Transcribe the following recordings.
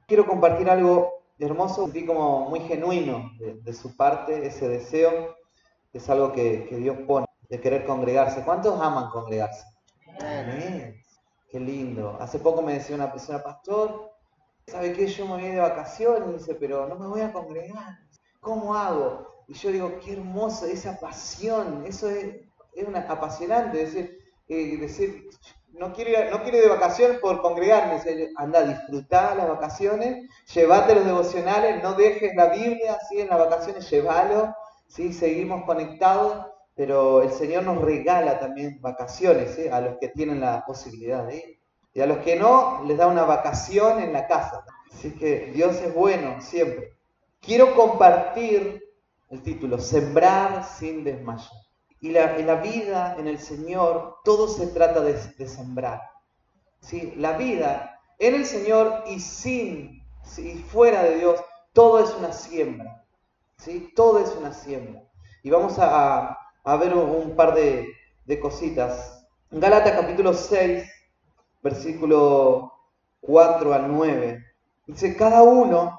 Quiero compartir algo hermoso, sentí como muy genuino de su parte, ese deseo, es algo que Dios pone, de querer congregarse. ¿Cuántos aman congregarse? Amén. Qué lindo. Hace poco me decía una persona, pastor, ¿sabe qué? Yo me voy de vacaciones, dice, pero no me voy a congregar. ¿Cómo hago? Y yo digo, qué hermoso, esa pasión, eso es apasionante, decir, no quiero ir de vacaciones por congregarme, anda, disfrutá las vacaciones, llévate los devocionales, no dejes la Biblia, ¿sí? En las vacaciones llévalo, ¿sí? Seguimos conectados, pero el Señor nos regala también vacaciones, ¿sí? A los que tienen la posibilidad de ir. Y a los que no, les da una vacación en la casa. Así que Dios es bueno siempre. Quiero compartir el título, Sembrar sin desmayar. Y en la vida, en el Señor, todo se trata de sembrar. ¿Sí? La vida en el Señor y fuera de Dios, todo es una siembra. ¿Sí? Todo es una siembra. Y vamos a ver un par de cositas. En Gálatas capítulo 6, versículo 4 al 9, dice, cada uno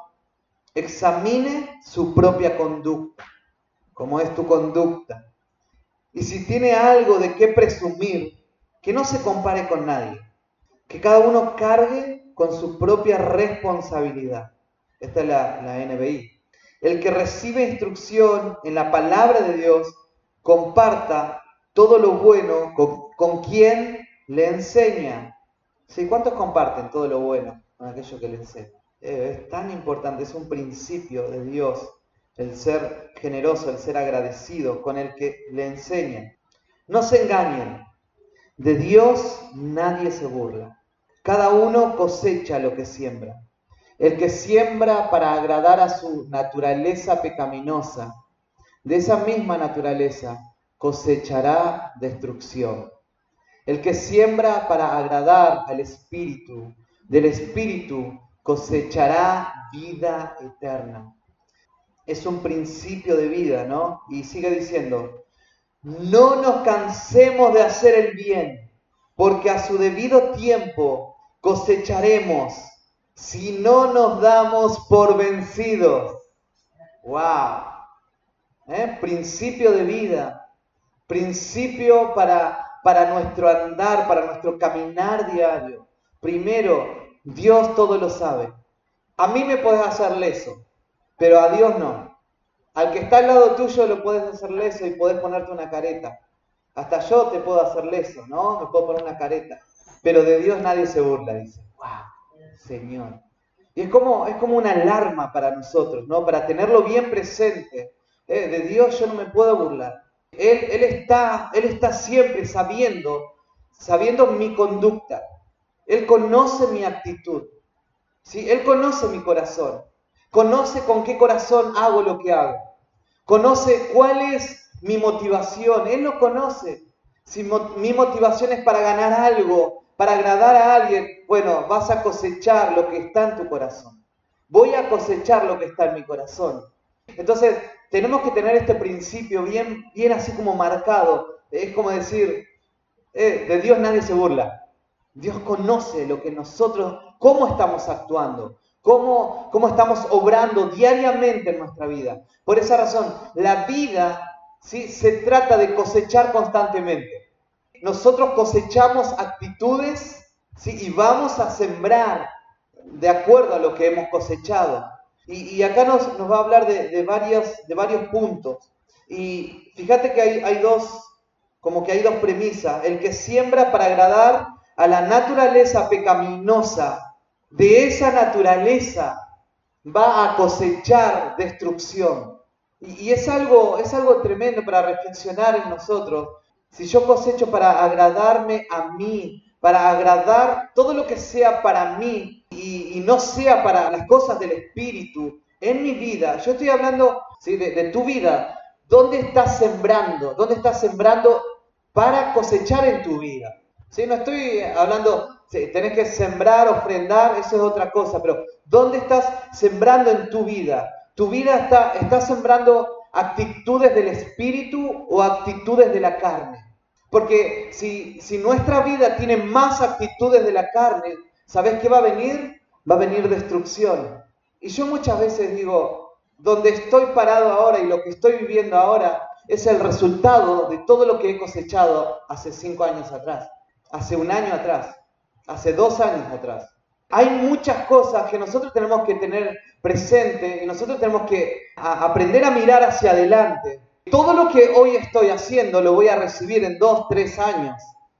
examine su propia conducta, como es tu conducta. Y si tiene algo de qué presumir, que no se compare con nadie, que cada uno cargue con su propia responsabilidad. Esta es la NBI. El que recibe instrucción en la palabra de Dios, comparta todo lo bueno con quien le enseña. ¿Sí? ¿Cuántos comparten todo lo bueno con aquello que le enseña? Es tan importante, es un principio de Dios el ser generoso, el ser agradecido con el que le enseña. No se engañen, de Dios nadie se burla. Cada uno cosecha lo que siembra. El que siembra para agradar a su naturaleza pecaminosa, de esa misma naturaleza cosechará destrucción. El que siembra para agradar al Espíritu, del Espíritu cosechará vida eterna. Es un principio de vida, ¿no? Y sigue diciendo, no nos cansemos de hacer el bien, porque a su debido tiempo cosecharemos si no nos damos por vencidos. ¡Wow! Principio de vida, principio para nuestro andar, para nuestro caminar diario. Primero, Dios todo lo sabe. A mí me puedes hacer leso, pero a Dios no. Al que está al lado tuyo lo puedes hacer leso y podés ponerte una careta. Hasta yo te puedo hacer leso, ¿no? Me puedo poner una careta. Pero de Dios nadie se burla, dice. ¡Wow! Señor. Y es como una alarma para nosotros, ¿no? Para tenerlo bien presente. De Dios yo no me puedo burlar. Él está siempre sabiendo mi conducta. Él conoce mi actitud. ¿Sí? Él conoce mi corazón. Conoce con qué corazón hago lo que hago. Conoce cuál es mi motivación. Él lo conoce. Si mi motivación es para ganar algo, para agradar a alguien, bueno, vas a cosechar lo que está en tu corazón. Voy a cosechar lo que está en mi corazón. Entonces, tenemos que tener este principio bien así como marcado. Es como decir, de Dios nadie se burla. Dios conoce lo que nosotros, cómo estamos actuando, cómo estamos obrando diariamente en nuestra vida. Por esa razón, la vida, ¿sí?, se trata de cosechar constantemente. Nosotros cosechamos actitudes, ¿sí?, y vamos a sembrar de acuerdo a lo que hemos cosechado. Y acá nos va a hablar de varios puntos. Y fíjate que hay dos premisas. El que siembra para agradar a la naturaleza pecaminosa, de esa naturaleza va a cosechar destrucción. Y es algo tremendo para reflexionar en nosotros. Si yo cosecho para agradarme a mí, para agradar todo lo que sea para mí y no sea para las cosas del Espíritu en mi vida, yo estoy hablando, ¿sí?, de tu vida. ¿Dónde estás sembrando? ¿Dónde estás sembrando para cosechar en tu vida? ¿Sí? No estoy hablando, sí, tenés que sembrar, ofrendar, eso es otra cosa, pero ¿dónde estás sembrando en tu vida? ¿Tu vida está sembrando actitudes del espíritu o actitudes de la carne? Porque si nuestra vida tiene más actitudes de la carne, ¿sabes qué va a venir? va a venir destrucción. Y yo muchas veces digo, donde estoy parado ahora y lo que estoy viviendo ahora es el resultado de todo lo que he cosechado hace 5 años atrás, hace 1 año atrás, hace 2 años atrás. Hay muchas cosas que nosotros tenemos que tener presente y nosotros tenemos que aprender a mirar hacia adelante. Todo lo que hoy estoy haciendo lo voy a recibir en 2, 3 años,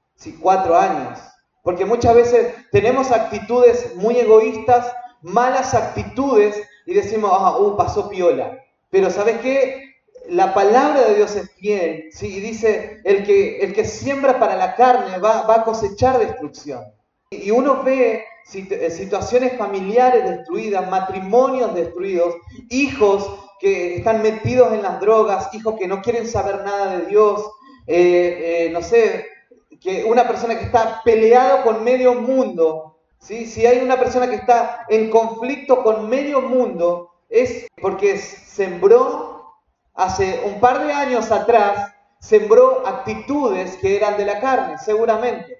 4 años. Porque muchas veces tenemos actitudes muy egoístas, malas actitudes y decimos, pasó piola. Pero ¿sabes qué? La palabra de Dios es fiel, ¿sí? Y dice, el que siembra para la carne va a cosechar destrucción. Y uno ve situaciones familiares destruidas, matrimonios destruidos, hijos que están metidos en las drogas, hijos que no quieren saber nada de Dios, no sé, que una persona que está peleado con medio mundo, ¿sí? Si hay una persona que está en conflicto con medio mundo, es porque sembró hace un par de años atrás, sembró actitudes que eran de la carne, seguramente.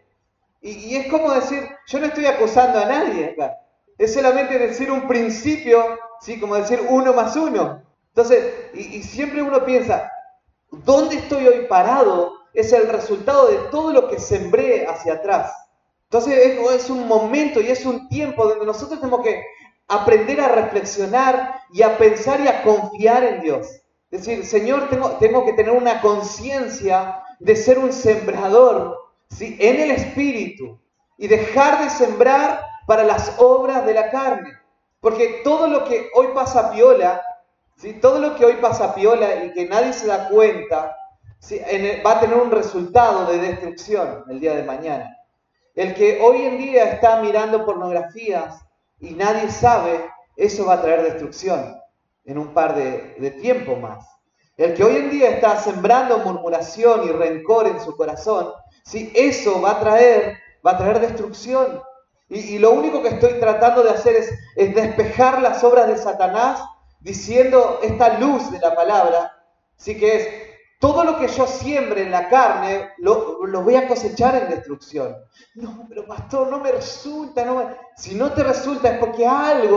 Y es como decir, yo no estoy acusando a nadie acá. Es solamente decir un principio, ¿sí? Como decir 1 más 1. Entonces, y siempre uno piensa, ¿dónde estoy hoy parado? Es el resultado de todo lo que sembré hacia atrás. Entonces es un momento y es un tiempo donde nosotros tenemos que aprender a reflexionar y a pensar y a confiar en Dios. Es decir, Señor, tengo que tener una conciencia de ser un sembrador, ¿sí? En el Espíritu y dejar de sembrar para las obras de la carne. Porque todo lo que hoy pasa piola, ¿sí? Todo lo que hoy pasa piola y que nadie se da cuenta, ¿sí? Va a tener un resultado de destrucción el día de mañana. El que hoy en día está mirando pornografías y nadie sabe, eso va a traer destrucción en un par de tiempo más. El que hoy en día está sembrando murmuración y rencor en su corazón, ¿sí? Eso va a traer destrucción. Y lo único que estoy tratando de hacer es despejar las obras de Satanás, diciendo esta luz de la palabra, ¿sí? Que es, todo lo que yo siembre en la carne, lo voy a cosechar en destrucción. No, pero pastor, no me resulta. Si no te resulta es porque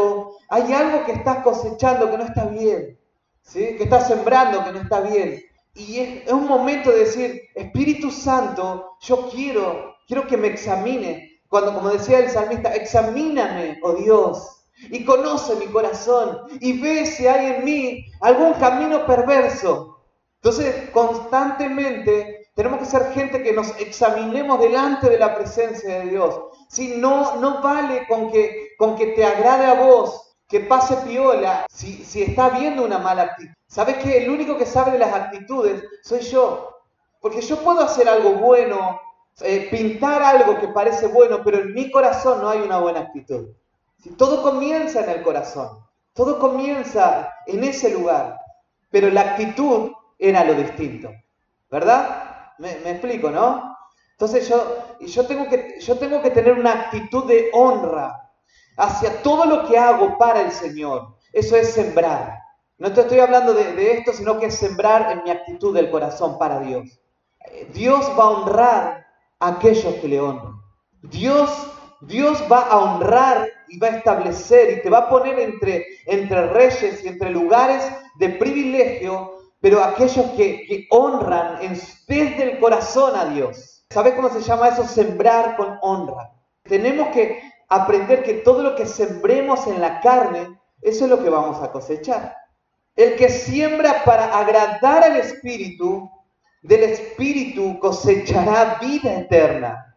hay algo que estás cosechando que no está bien, ¿sí? Que estás sembrando que no está bien. Y es un momento de decir, Espíritu Santo, yo quiero que me examine. Como decía el salmista, examíname, oh Dios, y conoce mi corazón, y ve si hay en mí algún camino perverso. Entonces, constantemente tenemos que ser gente que nos examinemos delante de la presencia de Dios. Si no vale con que te agrade a vos, que pase piola, si está viendo una mala actitud. ¿Sabes qué? El único que sabe de las actitudes soy yo. Porque yo puedo hacer algo bueno, pintar algo que parece bueno, pero en mi corazón no hay una buena actitud. ¿Sí? Todo comienza en el corazón. Todo comienza en ese lugar. Pero la actitud era lo distinto, ¿verdad? Me explico, ¿no? Entonces yo tengo que tener una actitud de honra hacia todo lo que hago para el Señor. Eso es sembrar. No te estoy hablando de esto, sino que es sembrar en mi actitud del corazón para Dios. Dios va a honrar a aquellos que le honran. Dios va a honrar y va a establecer y te va a poner entre reyes y entre lugares de privilegio, pero aquellos que honran desde el corazón a Dios. ¿Sabes cómo se llama eso? Sembrar con honra. Tenemos que aprender que todo lo que sembremos en la carne, eso es lo que vamos a cosechar. El que siembra para agradar al Espíritu, del Espíritu cosechará vida eterna.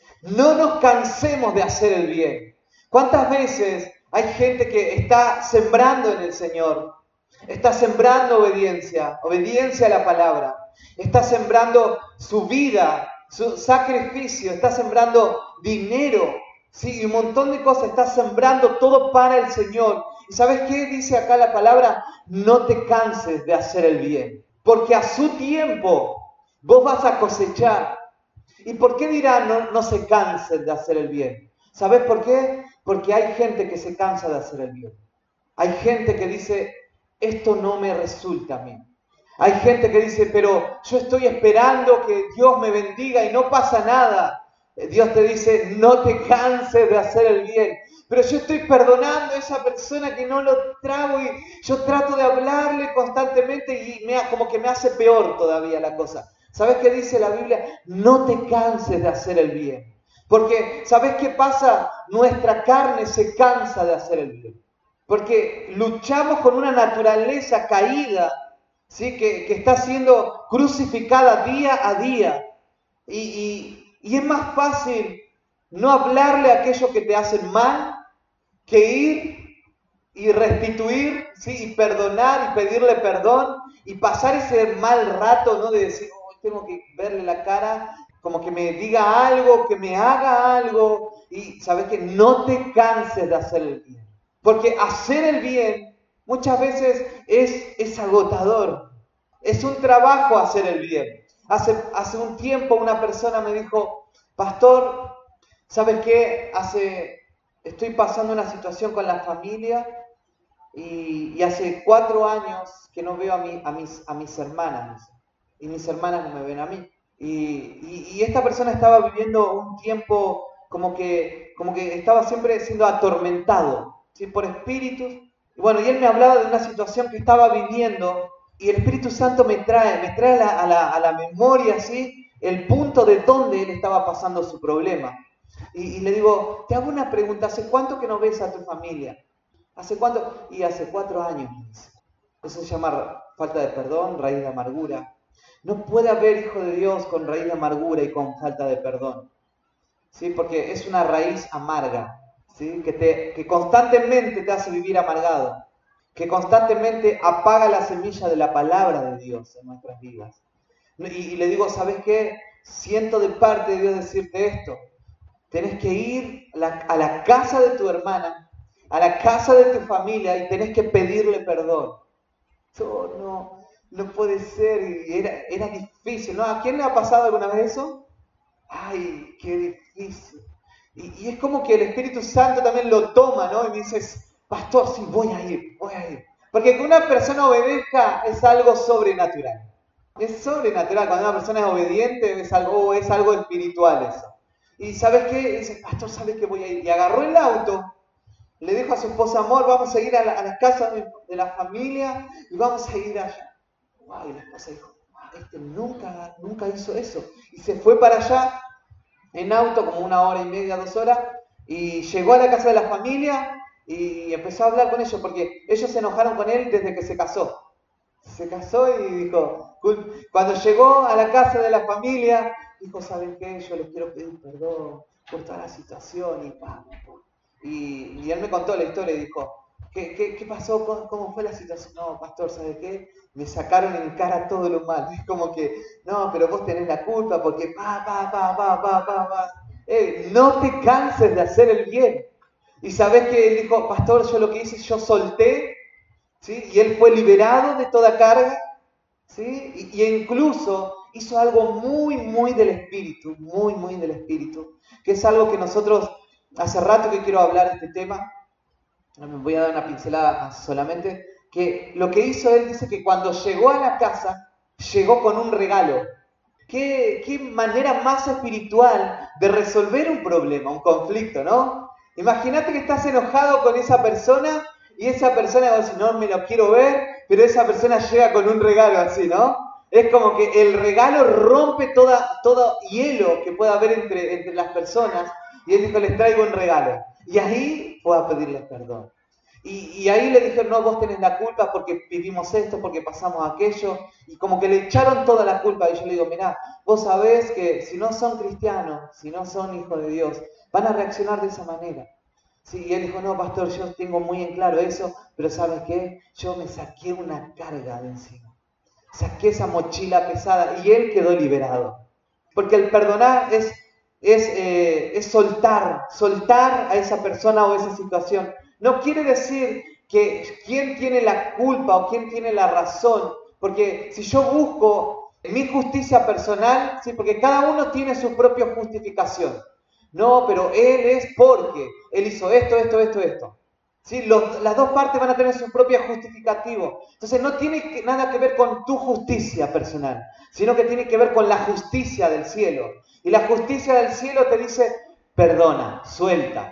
No nos cansemos de hacer el bien. ¿Cuántas veces hay gente que está sembrando en el Señor? Está sembrando obediencia a la palabra. Está sembrando su vida, su sacrificio, está sembrando dinero, ¿sí? Y un montón de cosas, está sembrando todo para el Señor. ¿Y sabes qué dice acá la palabra? No te canses de hacer el bien, porque a su tiempo vos vas a cosechar. ¿Y por qué dirán no se cansen de hacer el bien? ¿Sabes por qué? Porque hay gente que se cansa de hacer el bien. Hay gente que dice, esto no me resulta a mí. Hay gente que dice, pero yo estoy esperando que Dios me bendiga y no pasa nada. Dios te dice, no te canses de hacer el bien, pero yo estoy perdonando a esa persona que no lo trago y yo trato de hablarle constantemente y como que me hace peor todavía la cosa. ¿Sabes qué dice la Biblia? No te canses de hacer el bien. Porque, ¿sabes qué pasa? Nuestra carne se cansa de hacer el bien. Porque luchamos con una naturaleza caída, ¿sí? que está siendo crucificada día a día. Y es más fácil no hablarle a aquellos que te hacen mal que ir y restituir, ¿sí? Y perdonar y pedirle perdón y pasar ese mal rato, ¿no? De decir, oh, tengo que verle la cara, como que me diga algo, que me haga algo. Y sabes que no te canses de hacer el bien. Porque hacer el bien muchas veces es agotador. Es un trabajo hacer el bien. Hace un tiempo una persona me dijo, pastor, ¿sabes qué? Estoy pasando una situación con la familia y hace 4 años que no veo a mis hermanas. Y mis hermanas no me ven a mí. Y esta persona estaba viviendo un tiempo como que estaba siempre siendo atormentado, ¿sí? Por espíritus. Y bueno, y él me hablaba de una situación que estaba viviendo y el Espíritu Santo me trae a la memoria, ¿sí? El punto de donde él estaba pasando su problema. Y le digo, te hago una pregunta, ¿hace cuánto que no ves a tu familia? ¿Hace cuánto? Y hace 4 años. Eso se llama falta de perdón, raíz de amargura. No puede haber hijo de Dios con raíz de amargura y con falta de perdón, ¿sí? Porque es una raíz amarga, ¿sí? Que constantemente te hace vivir amargado, que constantemente apaga la semilla de la palabra de Dios en nuestras vidas. Y le digo, ¿sabes qué? Siento de parte de Dios decirte esto. Tenés que ir a la casa de tu hermana, a la casa de tu familia y tenés que pedirle perdón. No puede ser, y era difícil, ¿no? ¿A quién le ha pasado alguna vez eso? Ay, qué difícil. Y es como que el Espíritu Santo también lo toma, ¿no? Y me dices, pastor, sí, voy a ir. Porque que una persona obedezca es algo sobrenatural. Es sobrenatural, cuando una persona es obediente es algo espiritual eso. Y ¿sabes qué? Y dice, pastor, ¿sabes qué voy a ir? Y agarró el auto, le dijo a su esposa, amor, vamos a ir a la casa de la familia y vamos a ir allá. Wow, y la esposa dijo, wow, este nunca hizo eso. Y se fue para allá en auto, como 1 hora y media, 2 horas, y llegó a la casa de la familia y empezó a hablar con ellos, porque ellos se enojaron con él desde que se casó. Se casó y dijo, cuando llegó a la casa de la familia, dijo, ¿saben qué? Yo les quiero pedir perdón por toda la situación y él me contó la historia y dijo, ¿qué pasó? ¿Cómo fue la situación? No, pastor, ¿sabe qué? Me sacaron en cara todo lo malo. Es como que, no, pero vos tenés la culpa porque no te canses de hacer el bien. Y sabés que él dijo, pastor, yo lo que hice, yo solté, ¿sí? Y él fue liberado de toda carga, ¿sí? Y incluso hizo algo muy del espíritu, muy del espíritu, que es algo que nosotros, hace rato que quiero hablar de este tema, me voy a dar una pincelada solamente, que lo que hizo él, dice que cuando llegó a la casa, llegó con un regalo. ¿Qué manera más espiritual de resolver un problema, un conflicto, ¿no? Imagínate que estás enojado con esa persona y esa persona va a decir, no me lo quiero ver, pero esa persona llega con un regalo así, ¿no? Es como que el regalo rompe todo hielo que pueda haber entre las personas y él dijo, les traigo un regalo. Y ahí fue a pedirles perdón. Y ahí le dijeron, no, vos tenés la culpa porque vivimos esto, porque pasamos aquello, y como que le echaron toda la culpa. Y yo le digo, mirá, vos sabés que si no son cristianos, si no son hijos de Dios, van a reaccionar de esa manera. Sí, y él dijo, no, pastor, yo tengo muy en claro eso, pero ¿sabes qué? Yo me saqué una carga de encima. Saqué esa mochila pesada y él quedó liberado. Porque el perdonar es soltar a esa persona o esa situación. No quiere decir que quién tiene la culpa o quién tiene la razón, porque si yo busco mi justicia personal, ¿sí? Porque cada uno tiene su propia justificación. No, pero él es porque él hizo esto. ¿Sí? Las dos partes van a tener su propio justificativo. Entonces no tiene nada que ver con tu justicia personal, sino que tiene que ver con la justicia del cielo. Y la justicia del cielo te dice, perdona, suelta.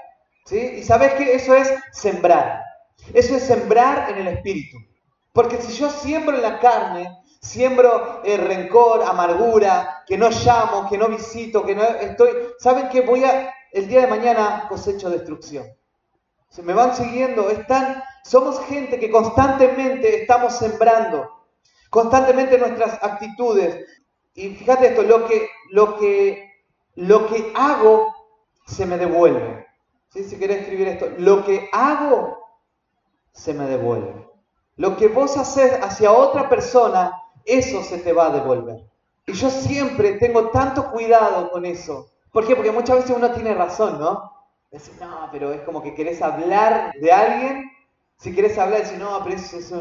¿Sí? Y sabes que eso es sembrar. Eso es sembrar en el espíritu. Porque si yo siembro en la carne, siembro rencor, amargura, que no llamo, que no visito, que no estoy... ¿Saben qué? El día de mañana cosecho destrucción. Se me van siguiendo. Somos gente que constantemente estamos sembrando. Constantemente nuestras actitudes. Y fíjate esto, lo que hago se me devuelve. ¿Sí? Si querés escribir esto, lo que hago se me devuelve. Lo que vos haces hacia otra persona, eso se te va a devolver. Y yo siempre tengo tanto cuidado con eso. ¿Por qué? Porque muchas veces uno tiene razón, ¿no? Decir, no, pero es como que querés hablar de alguien. Si querés hablar, decir, no, pero eso es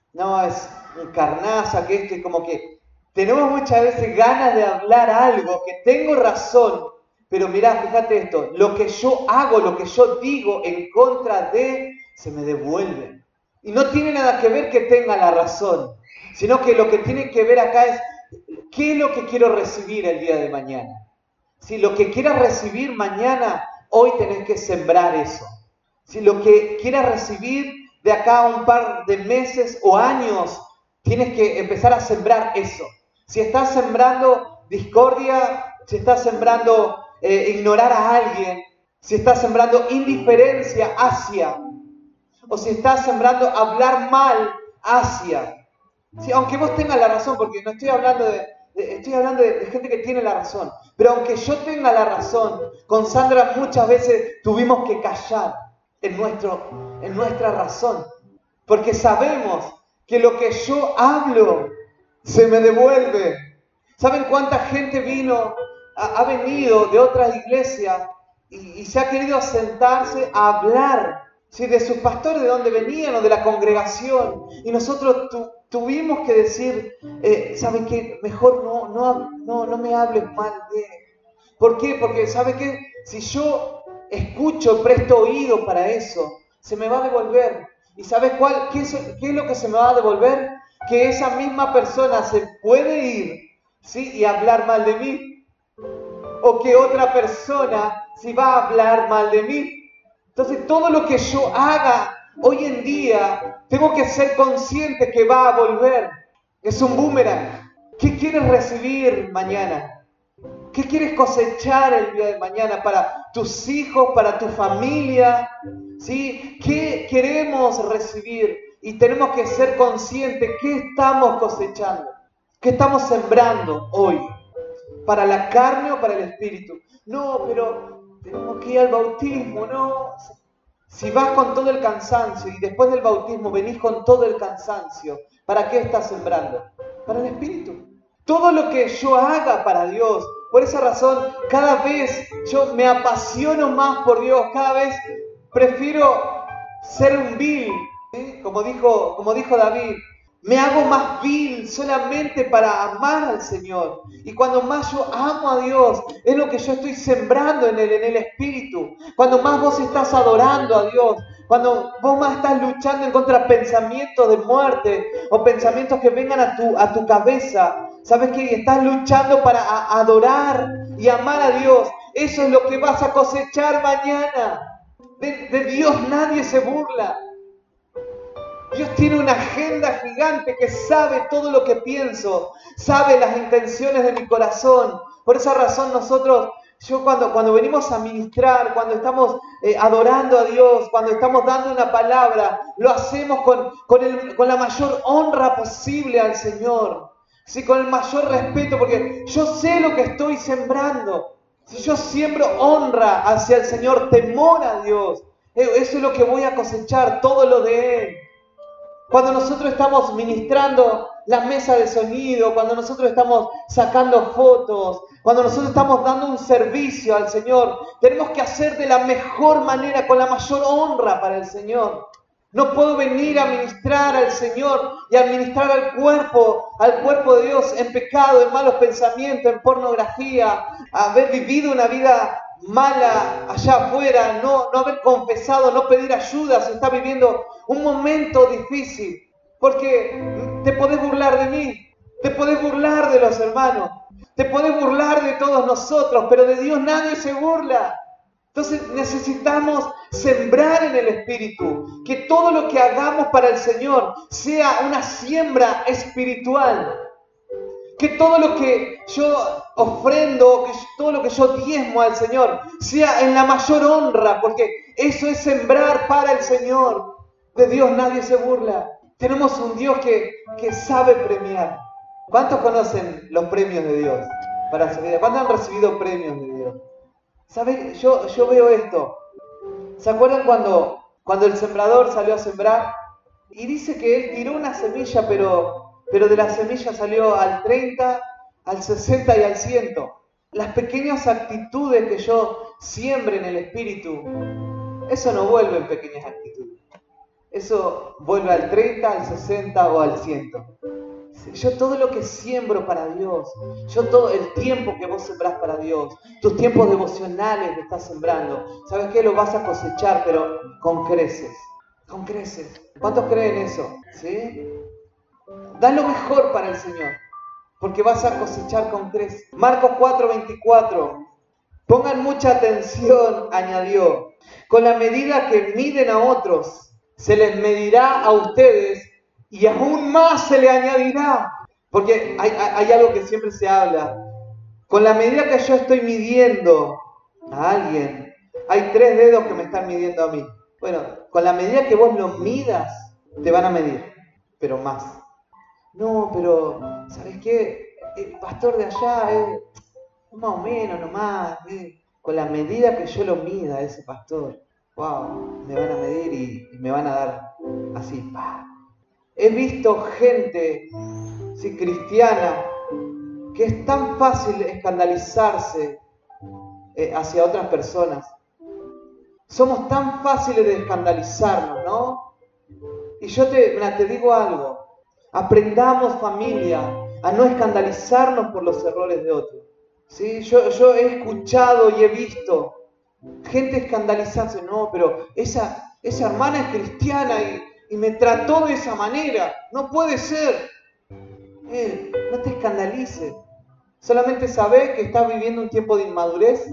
un carnaza, que como que tenemos muchas veces ganas de hablar algo, que tengo razón. Pero mirá, fíjate esto, lo que yo hago, lo que yo digo en contra de, se me devuelve. Y no tiene nada que ver que tenga la razón, sino que lo que tiene que ver acá es, ¿qué es lo que quiero recibir el día de mañana? Si lo que quieras recibir mañana, hoy tenés que sembrar eso. Si lo que quieras recibir de acá a un par de meses o años, tienes que empezar a sembrar eso. Si estás sembrando discordia, si estás sembrando ignorar a alguien, si estás sembrando indiferencia hacia, o si estás sembrando hablar mal hacia. Sí, aunque vos tengas la razón, porque no estoy hablando estoy hablando de gente que tiene la razón. Pero aunque yo tenga la razón, con Sandra muchas veces tuvimos que callar en nuestra razón. Porque sabemos que lo que yo hablo se me devuelve. ¿Saben cuánta gente ha venido de otras iglesias y se ha querido sentarse a hablar, ¿sí?, de sus pastores, de dónde venían o de la congregación? Y nosotros tuvimos que decir, ¿saben qué? Mejor no me hables mal de él. ¿Por qué? Porque, ¿sabe qué? Si yo escucho, presto oído para eso, se me va a devolver. ¿Y sabes qué es lo que se me va a devolver? Que esa misma persona se puede ir, ¿sí?, y hablar mal de mí. O que otra persona sí va a hablar mal de mí. Entonces, todo lo que yo haga hoy en día, tengo que ser consciente que va a volver. Es un boomerang. ¿Qué quieres recibir mañana? ¿Qué quieres cosechar el día de mañana para tus hijos, para tu familia? ¿Sí? ¿Qué queremos recibir? Y tenemos que ser conscientes qué estamos cosechando, qué estamos sembrando hoy, para la carne o para el espíritu. No, pero tenemos que ir al bautismo, no. Si vas con todo el cansancio y después del bautismo venís con todo el cansancio, ¿para qué estás sembrando? Para el espíritu. Todo lo que yo haga para Dios, por esa razón, cada vez yo me apasiono más por Dios, cada vez prefiero ser un vil, ¿sí? Como dijo David, me hago más vil solamente para amar al Señor. Y cuando más yo amo a Dios, es lo que yo estoy sembrando en el espíritu. Cuando más vos estás adorando a Dios, cuando vos más estás luchando en contra de pensamientos de muerte o pensamientos que vengan a tu cabeza, ¿sabes qué? Estás luchando para adorar y amar a Dios. Eso es lo que vas a cosechar mañana. De Dios nadie se burla. Dios tiene una agenda gigante que sabe todo lo que pienso, sabe las intenciones de mi corazón. Por esa razón cuando venimos a ministrar, cuando estamos adorando a Dios, cuando estamos dando una palabra, lo hacemos con la mayor honra posible al Señor. ¿Sí? Con el mayor respeto, porque yo sé lo que estoy sembrando. Si yo siembro honra hacia el Señor, temor a Dios, eso es lo que voy a cosechar, todo lo de Él. Cuando nosotros estamos ministrando la mesa de sonido, cuando nosotros estamos sacando fotos, cuando nosotros estamos dando un servicio al Señor, tenemos que hacer de la mejor manera, con la mayor honra para el Señor. No puedo venir a ministrar al Señor y a ministrar al cuerpo de Dios en pecado, en malos pensamientos, en pornografía, haber vivido una vida mala allá afuera, no haber confesado, no pedir ayuda si está viviendo un momento difícil. Porque te podés burlar de mí, te podés burlar de los hermanos, te podés burlar de todos nosotros, pero de Dios nadie se burla. Entonces necesitamos sembrar en el Espíritu, que todo lo que hagamos para el Señor sea una siembra espiritual. Que todo lo que yo ofrendo, que todo lo que yo diezmo al Señor, sea en la mayor honra, porque eso es sembrar para el Señor. De Dios nadie se burla. Tenemos un Dios que sabe premiar. ¿Cuántos conocen los premios de Dios para su vida? ¿Cuántos han recibido premios de Dios? ¿Saben? Yo veo esto. ¿Se acuerdan cuando el sembrador salió a sembrar? Y dice que él tiró una semilla, pero de la semilla salió al 30, al 60 y al 100. Las pequeñas actitudes que yo siembre en el Espíritu, eso no vuelve en pequeñas actitudes. Eso vuelve al 30, al 60 o al 100. Yo todo lo que siembro para Dios, yo todo el tiempo que vos sembrás para Dios, tus tiempos devocionales que estás sembrando, ¿sabes qué? Lo vas a cosechar, pero con creces. Con creces. ¿Cuántos creen eso? ¿Sí? Da lo mejor para el Señor, porque vas a cosechar con creces. Marcos 4:24. Pongan mucha atención, añadió. Con la medida que miden a otros, se les medirá a ustedes y aún más se le añadirá. Porque hay algo que siempre se habla. Con la medida que yo estoy midiendo a alguien, hay 3 dedos que me están midiendo a mí. Bueno, con la medida que vos lo midas, te van a medir, pero más. No, pero, ¿sabes qué? El pastor de allá es más o menos nomás. Con la medida que yo lo mida a ese pastor, wow, me van a medir y me van a dar así. ¡Pah! He visto gente, sí, cristiana, que es tan fácil escandalizarse hacia otras personas. Somos tan fáciles de escandalizarnos, ¿no? Y yo te digo algo. Aprendamos, familia, a no escandalizarnos por los errores de otros. ¿Sí? Yo he escuchado y he visto gente escandalizarse. No, pero esa hermana es cristiana y me trató de esa manera. No puede ser. No te escandalices. Solamente sabés que estás viviendo un tiempo de inmadurez.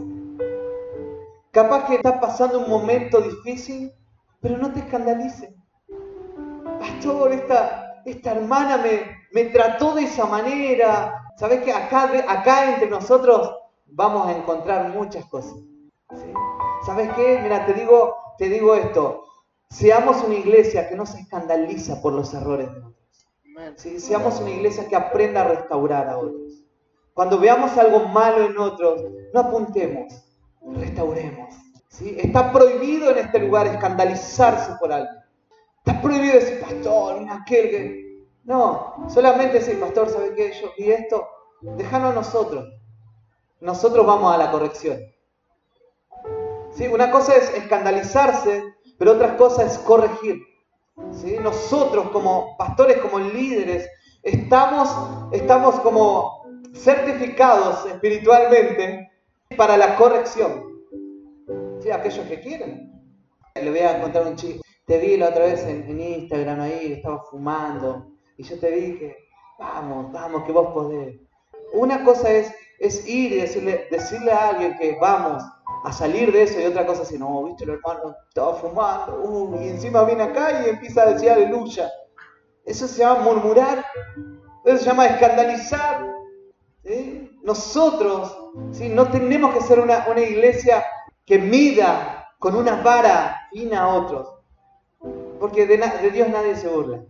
Capaz que estás pasando un momento difícil, pero no te escandalices. Pastor, esta hermana me trató de esa manera. ¿Sabés que acá entre nosotros vamos a encontrar muchas cosas? ¿Sí? ¿Sabés qué? Mira, te digo esto. Seamos una iglesia que no se escandaliza por los errores de otros. ¿Sí? Seamos una iglesia que aprenda a restaurar a otros. Cuando veamos algo malo en otros, no apuntemos, restauremos. ¿Sí? Está prohibido en este lugar escandalizarse por alguien. Está prohibido decir, pastor, aquel que... No, solamente decir, pastor, ¿sabe qué? Yo vi esto, déjanos nosotros. Nosotros vamos a la corrección. ¿Sí? Una cosa es escandalizarse, pero otra cosa es corregir. ¿Sí? Nosotros como pastores, como líderes, estamos como certificados espiritualmente para la corrección. ¿Sí? Aquellos que quieren. Le voy a contar un chiste. Te vi la otra vez en Instagram ahí, estaba fumando, y yo te dije, vamos, que vos podés. Una cosa es ir y decirle a alguien que vamos a salir de eso, y otra cosa es, no, viste, el hermano estaba fumando, y encima viene acá y empieza a decir aleluya. Eso se llama murmurar, eso se llama escandalizar. ¿Sí? Nosotros, ¿sí? No tenemos que ser una iglesia que mida con una vara fina a otros. Porque de Dios nadie se burla.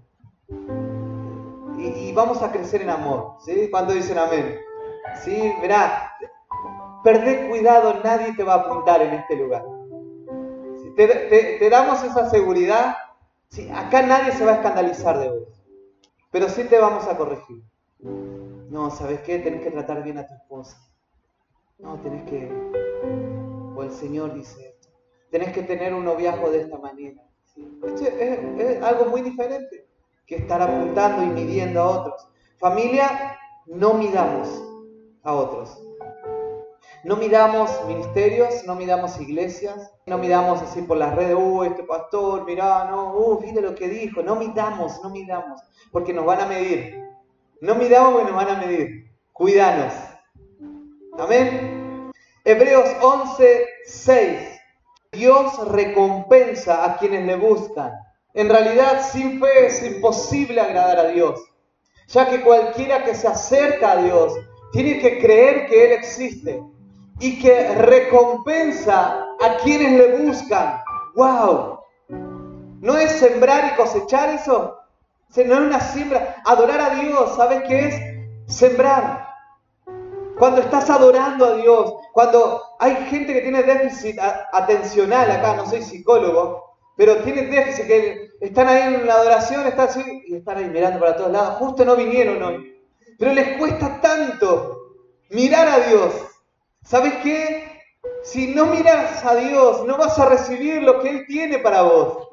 Y vamos a crecer en amor. ¿Sí? ¿Cuántos dicen amén? ¿Sí? Mirá, perdé cuidado, nadie te va a apuntar en este lugar. ¿Sí? Te damos esa seguridad. ¿Sí? Acá nadie se va a escandalizar de vos. Pero sí te vamos a corregir. No, ¿sabes qué? Tenés que tratar bien a tu esposa. No, tenés que... O el Señor dice esto. Tenés que tener un noviazgo de esta manera. Esto es algo muy diferente que estar apuntando y midiendo a otros. Familia, no midamos a otros. No midamos ministerios, no midamos iglesias, no midamos así por las redes, este pastor, mirá, no, fíjate lo que dijo. No midamos, porque nos van a medir. No midamos porque nos van a medir. Cuídanos. Amén. Hebreos 11:6. Dios recompensa a quienes le buscan. En realidad, sin fe es imposible agradar a Dios, ya que cualquiera que se acerca a Dios tiene que creer que Él existe y que recompensa a quienes le buscan. ¡Wow! ¿No es sembrar y cosechar eso? No es una siembra. Adorar a Dios, ¿sabes qué es? Sembrar. Cuando estás adorando a Dios, cuando hay gente que tiene déficit atencional acá, no soy psicólogo, pero tiene déficit, que están ahí en la adoración, están así, y están ahí mirando para todos lados, justo no vinieron hoy. Pero les cuesta tanto mirar a Dios. ¿Sabes qué? Si no miras a Dios, no vas a recibir lo que Él tiene para vos.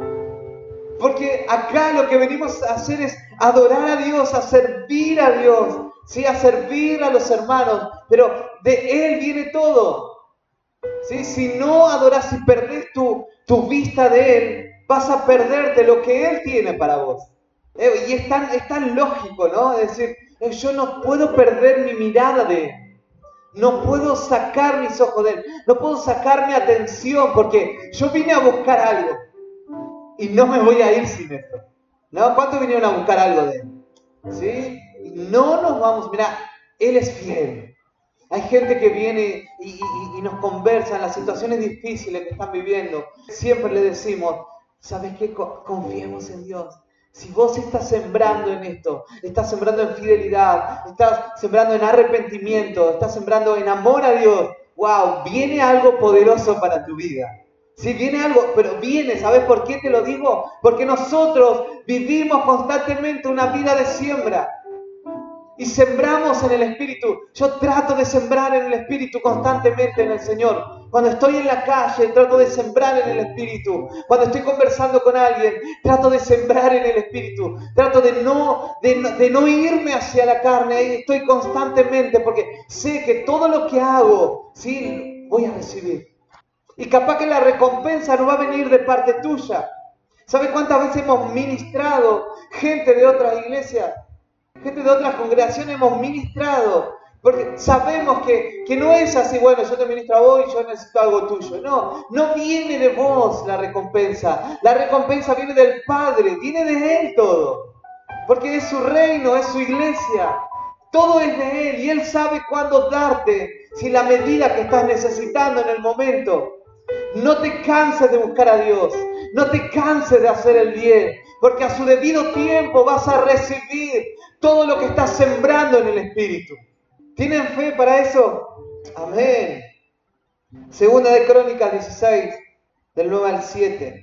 Porque acá lo que venimos a hacer es adorar a Dios, a servir a Dios, ¿sí? A servir a los hermanos, pero de Él viene todo. ¿Sí? Si no adoras y perdés tu vista de Él, vas a perderte lo que Él tiene para vos. Y es tan lógico, ¿no? Es decir, yo no puedo perder mi mirada de Él. No puedo sacar mis ojos de Él. No puedo sacar mi atención porque yo vine a buscar algo. Y no me voy a ir sin esto. ¿No? ¿Cuántos vinieron a buscar algo de Él? ¿Sí? Y no nos vamos. Mira, Él es fiel. Hay gente que viene y nos conversa en las situaciones difíciles que están viviendo. Siempre le decimos, ¿sabes qué? Confiemos en Dios. Si vos estás sembrando en esto, estás sembrando en fidelidad, estás sembrando en arrepentimiento, estás sembrando en amor a Dios, wow, viene algo poderoso para tu vida. Sí, viene algo, pero viene, ¿sabes por qué te lo digo? Porque nosotros vivimos constantemente una vida de siembra. Y sembramos en el Espíritu. Yo trato de sembrar en el Espíritu constantemente en el Señor. Cuando estoy en la calle, trato de sembrar en el Espíritu. Cuando estoy conversando con alguien, trato de sembrar en el Espíritu. Trato de no irme hacia la carne. Ahí estoy constantemente porque sé que todo lo que hago, sí, voy a recibir. Y capaz que la recompensa no va a venir de parte tuya. ¿Sabe cuántas veces hemos ministrado gente de otras iglesias? Gente de otras congregaciones hemos ministrado, porque sabemos que no es así, bueno, yo te ministro a vos y yo necesito algo tuyo. No viene de vos la recompensa viene del Padre, viene de Él todo, porque es su reino, es su iglesia, todo es de Él y Él sabe cuándo darte, si la medida que estás necesitando en el momento. No te canses de buscar a Dios, no te canses de hacer el bien, porque a su debido tiempo vas a recibir todo lo que estás sembrando en el Espíritu. ¿Tienen fe para eso? Amén. Segunda de Crónicas 16, del 9 al 7.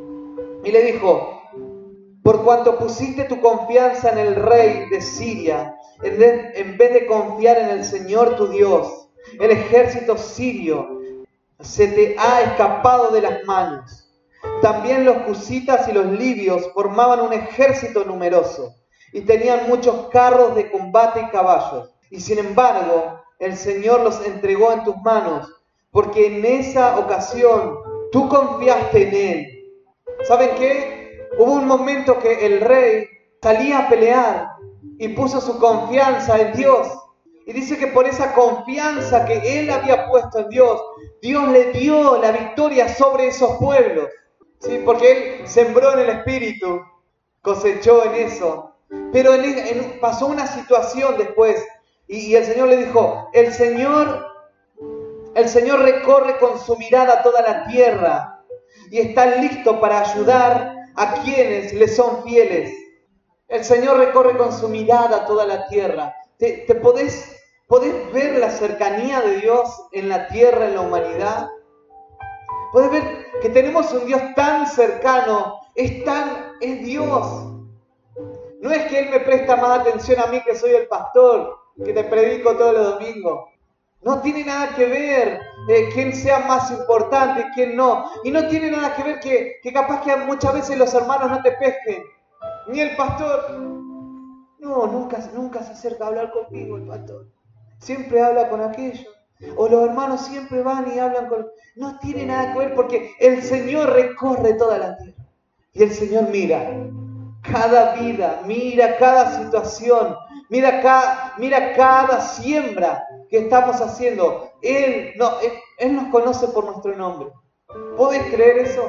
Y le dijo, por cuanto pusiste tu confianza en el rey de Siria, en vez de confiar en el Señor tu Dios, el ejército sirio se te ha escapado de las manos. También los cusitas y los libios formaban un ejército numeroso y tenían muchos carros de combate y caballos. Y sin embargo, el Señor los entregó en tus manos, porque en esa ocasión tú confiaste en Él. ¿Saben qué? Hubo un momento que el rey salía a pelear y puso su confianza en Dios. Y dice que por esa confianza que él había puesto en Dios, Dios le dio la victoria sobre esos pueblos. ¿Sí? Porque él sembró en el Espíritu, cosechó en eso. Pero pasó una situación después y el Señor le dijo, el Señor recorre con su mirada toda la tierra y está listo para ayudar a quienes le son fieles. El Señor recorre con su mirada toda la tierra. ¿Podés ver la cercanía de Dios en la tierra, en la humanidad? ¿Podés ver que tenemos un Dios tan cercano? Es Dios. No es que Él me presta más atención a mí que soy el pastor, que te predico todos los domingos. No tiene nada que ver quién sea más importante y quién no. Y no tiene nada que ver que capaz que muchas veces los hermanos no te pesquen. Ni el pastor. No, nunca se acerca a hablar conmigo el pastor. Siempre habla con aquellos. O los hermanos siempre van y hablan con... No tiene nada que ver porque el Señor recorre toda la tierra. Y el Señor mira cada vida, mira cada situación, mira cada siembra que estamos haciendo. Él nos conoce por nuestro nombre. ¿Podés creer eso?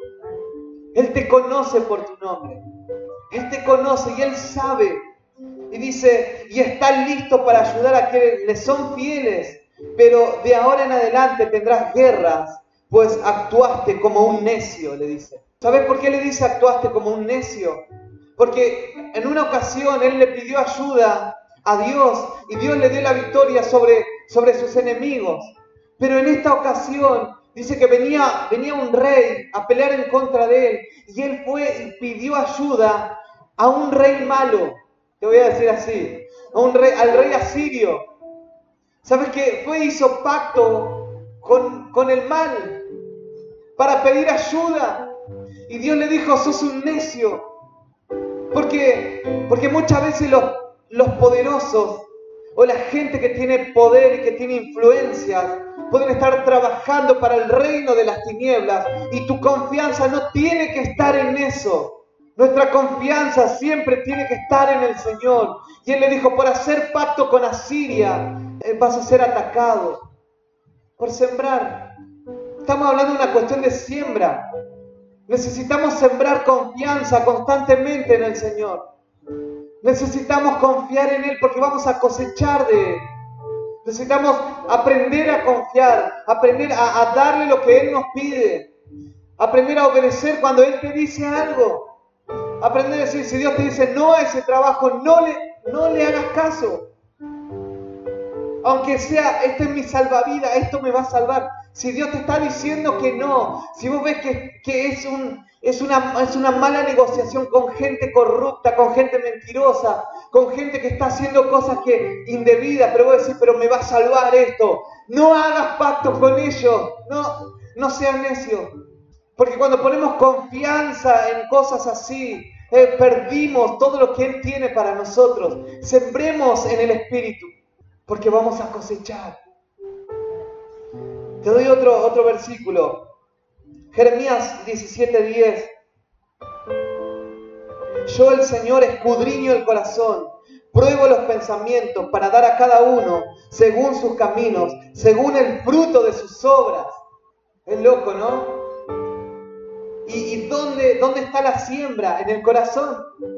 Él te conoce por tu nombre. Él te conoce y Él sabe. Y dice, y están listos para ayudar a quienes le son fieles. Pero de ahora en adelante tendrás guerras, pues actuaste como un necio, le dice. ¿Sabes por qué le dice actuaste como un necio? Porque en una ocasión Él le pidió ayuda a Dios y Dios le dio la victoria sobre sus enemigos. Pero en esta ocasión dice que venía un rey a pelear en contra de Él y Él fue y pidió ayuda a un rey malo. Te voy a decir así, al rey asirio. ¿Sabes qué? Hizo pacto con el mal para pedir ayuda. Y Dios le dijo, sos un necio. Porque muchas veces los poderosos o la gente que tiene poder y que tiene influencias pueden estar trabajando para el reino de las tinieblas y tu confianza no tiene que estar en eso. Nuestra confianza siempre tiene que estar en el Señor. Y Él le dijo, por hacer pacto con Asiria, vas a ser atacado. Por sembrar. Estamos hablando de una cuestión de siembra. Necesitamos sembrar confianza constantemente en el Señor. Necesitamos confiar en Él porque vamos a cosechar de Él. Necesitamos aprender a confiar, aprender a darle lo que Él nos pide. Aprender a obedecer cuando Él te dice algo. Aprender a decir, si Dios te dice no a ese trabajo, no le hagas caso. Aunque sea, este es mi salvavidas, esto me va a salvar. Si Dios te está diciendo que no, si vos ves que es una mala negociación con gente corrupta, con gente mentirosa, con gente que está haciendo cosas indebidas, pero vos decís, pero me va a salvar esto. No hagas pacto con ellos, no seas necio. Porque cuando ponemos confianza en cosas así, perdimos todo lo que Él tiene para nosotros. Sembremos en el Espíritu, porque vamos a cosechar. Te doy otro versículo. Jeremías 17:10. Yo, el Señor, escudriño el corazón, pruebo los pensamientos para dar a cada uno según sus caminos, según el fruto de sus obras. Es loco, ¿no? ¿Y dónde está la siembra? En el corazón.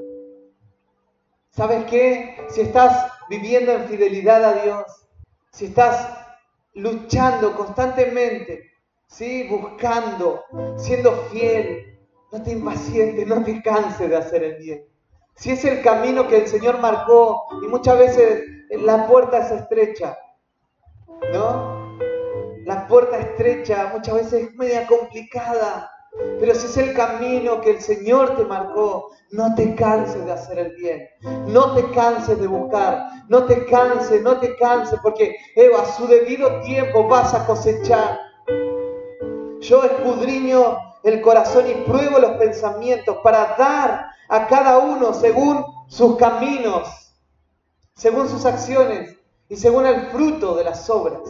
¿Sabes qué? Si estás viviendo en fidelidad a Dios, si estás luchando constantemente, ¿sí? Buscando, siendo fiel, no te impacientes, no te canses de hacer el bien. Si es el camino que el Señor marcó y muchas veces la puerta es estrecha, ¿no? La puerta estrecha muchas veces es media complicada. Pero si es el camino que el Señor te marcó, no te canses de hacer el bien. No te canses de buscar. No te canses, porque a su debido tiempo vas a cosechar. Yo escudriño el corazón y pruebo los pensamientos para dar a cada uno según sus caminos, según sus acciones y según el fruto de las obras.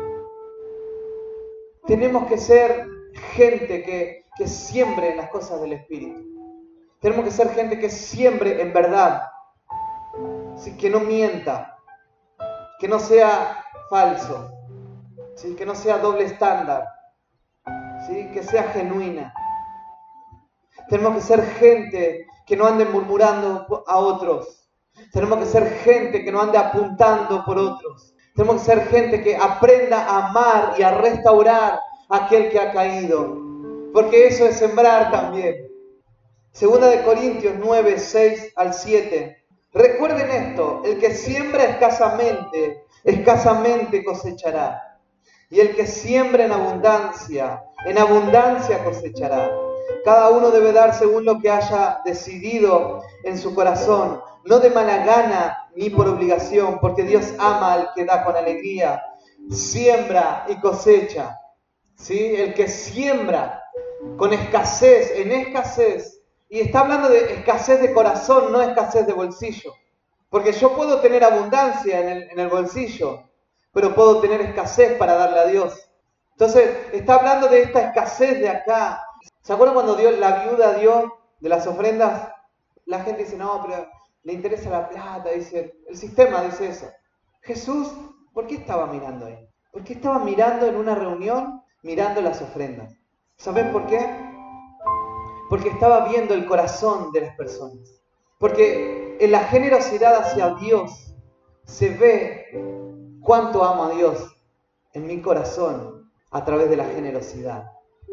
Tenemos que ser gente que siembre en las cosas del Espíritu. Tenemos que ser gente que siembre en verdad, ¿sí? Que no mienta, que no sea falso, ¿sí? Que no sea doble estándar, ¿sí? Que sea genuina. Tenemos que ser gente que no ande murmurando a otros. Tenemos que ser gente que no ande apuntando por otros. Tenemos que ser gente que aprenda a amar y a restaurar a aquel que ha caído. Porque eso es sembrar también. Segunda de Corintios 9, 6 al 7. Recuerden esto, el que siembra escasamente cosechará. Y el que siembra en abundancia cosechará. Cada uno debe dar según lo que haya decidido en su corazón, no de mala gana ni por obligación, porque Dios ama al que da con alegría. Siembra y cosecha. ¿Sí? El que siembra con escasez, en escasez, y está hablando de escasez de corazón, no escasez de bolsillo, porque yo puedo tener abundancia en el bolsillo, pero puedo tener escasez para darle a Dios. Entonces, está hablando de esta escasez de acá. ¿Se acuerdan cuando la viuda dio de las ofrendas? La gente dice, no, pero le interesa la plata, dice, el sistema dice eso. Jesús, ¿por qué estaba mirando ahí? ¿Por qué estaba mirando en una reunión? Mirando las ofrendas. ¿Sabes por qué? Porque estaba viendo el corazón de las personas. Porque en la generosidad hacia Dios se ve cuánto amo a Dios en mi corazón a través de la generosidad.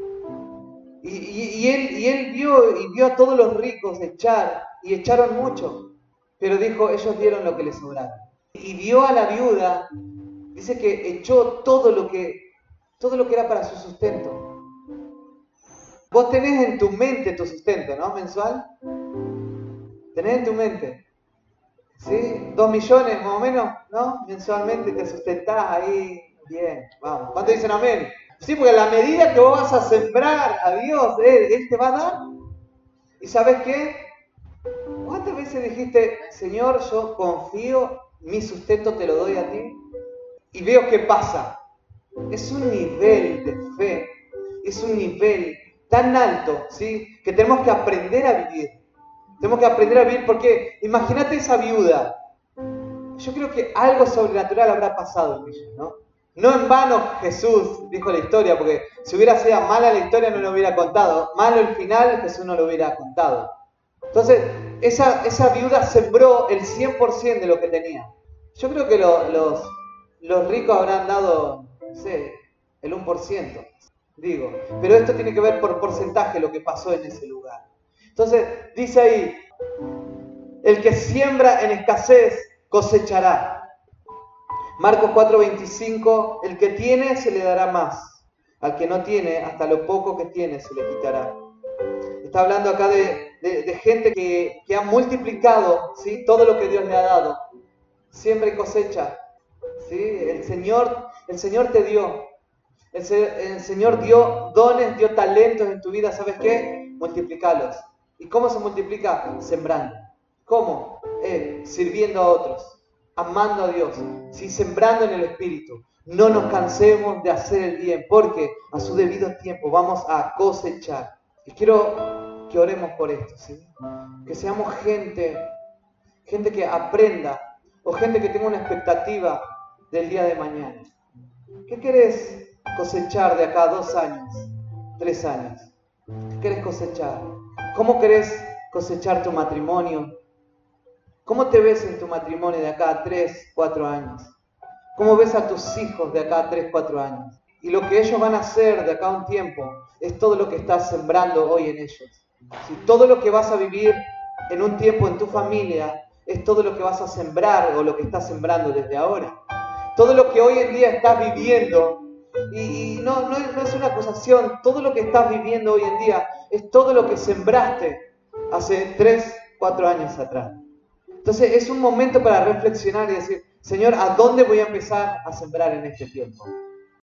Y él vio a todos los ricos echar, y echaron mucho, pero dijo, ellos dieron lo que les sobraba. Y vio a la viuda, dice que echó todo lo que era para su sustento. Vos tenés en tu mente tu sustento, ¿no? Mensual. Tenés en tu mente, ¿sí? 2 millones más o menos, ¿no? Mensualmente te sustentás ahí, bien, vamos. ¿Cuánto dicen amén? Sí, porque a la medida que vos vas a sembrar a Dios, Él te va a dar. ¿Y sabes qué? ¿Cuántas veces dijiste, Señor, yo confío, mi sustento te lo doy a ti? Y veo qué pasa. Es un nivel de fe, es un nivel tan alto, ¿sí? Que tenemos que aprender a vivir. Tenemos que aprender a vivir porque, imagínate esa viuda. Yo creo que algo sobrenatural habrá pasado en ella, ¿no? No en vano Jesús dijo la historia, porque si hubiera sido mala la historia no lo hubiera contado. Malo el final, Jesús no lo hubiera contado. Entonces, esa viuda sembró el 100% de lo que tenía. Yo creo que los ricos habrán dado, no sé, el 1%, digo. Pero esto tiene que ver por porcentaje lo que pasó en ese lugar. Entonces, dice ahí, el que siembra en escasez cosechará. Marcos 4:25, el que tiene se le dará más. Al que no tiene, hasta lo poco que tiene se le quitará. Está hablando acá de gente que ha multiplicado, ¿sí? Todo lo que Dios le ha dado. Siembra y cosecha, ¿sí? El Señor te dio. El Señor dio dones, dio talentos en tu vida. ¿Sabes qué? Multiplícalos. ¿Y cómo se multiplica? Sembrando. ¿Cómo? Sirviendo a otros, amando a Dios, ¿sí? Sembrando en el Espíritu. No nos cansemos de hacer el bien, porque a su debido tiempo vamos a cosechar. Y quiero que oremos por esto, ¿sí? Que seamos gente que aprenda, o gente que tenga una expectativa del día de mañana. ¿Qué querés cosechar de acá a 2 años, 3 años? ¿Qué querés cosechar? ¿Cómo querés cosechar tu matrimonio? ¿Cómo te ves en tu matrimonio de acá a 3, 4 años? ¿Cómo ves a tus hijos de acá a 3, 4 años? Y lo que ellos van a hacer de acá a un tiempo es todo lo que estás sembrando hoy en ellos. Si todo lo que vas a vivir en un tiempo en tu familia es todo lo que vas a sembrar o lo que estás sembrando desde ahora. Todo lo que hoy en día estás viviendo, y no es una acusación, todo lo que estás viviendo hoy en día es todo lo que sembraste hace 3, 4 años atrás. Entonces es un momento para reflexionar y decir, Señor, ¿a dónde voy a empezar a sembrar en este tiempo?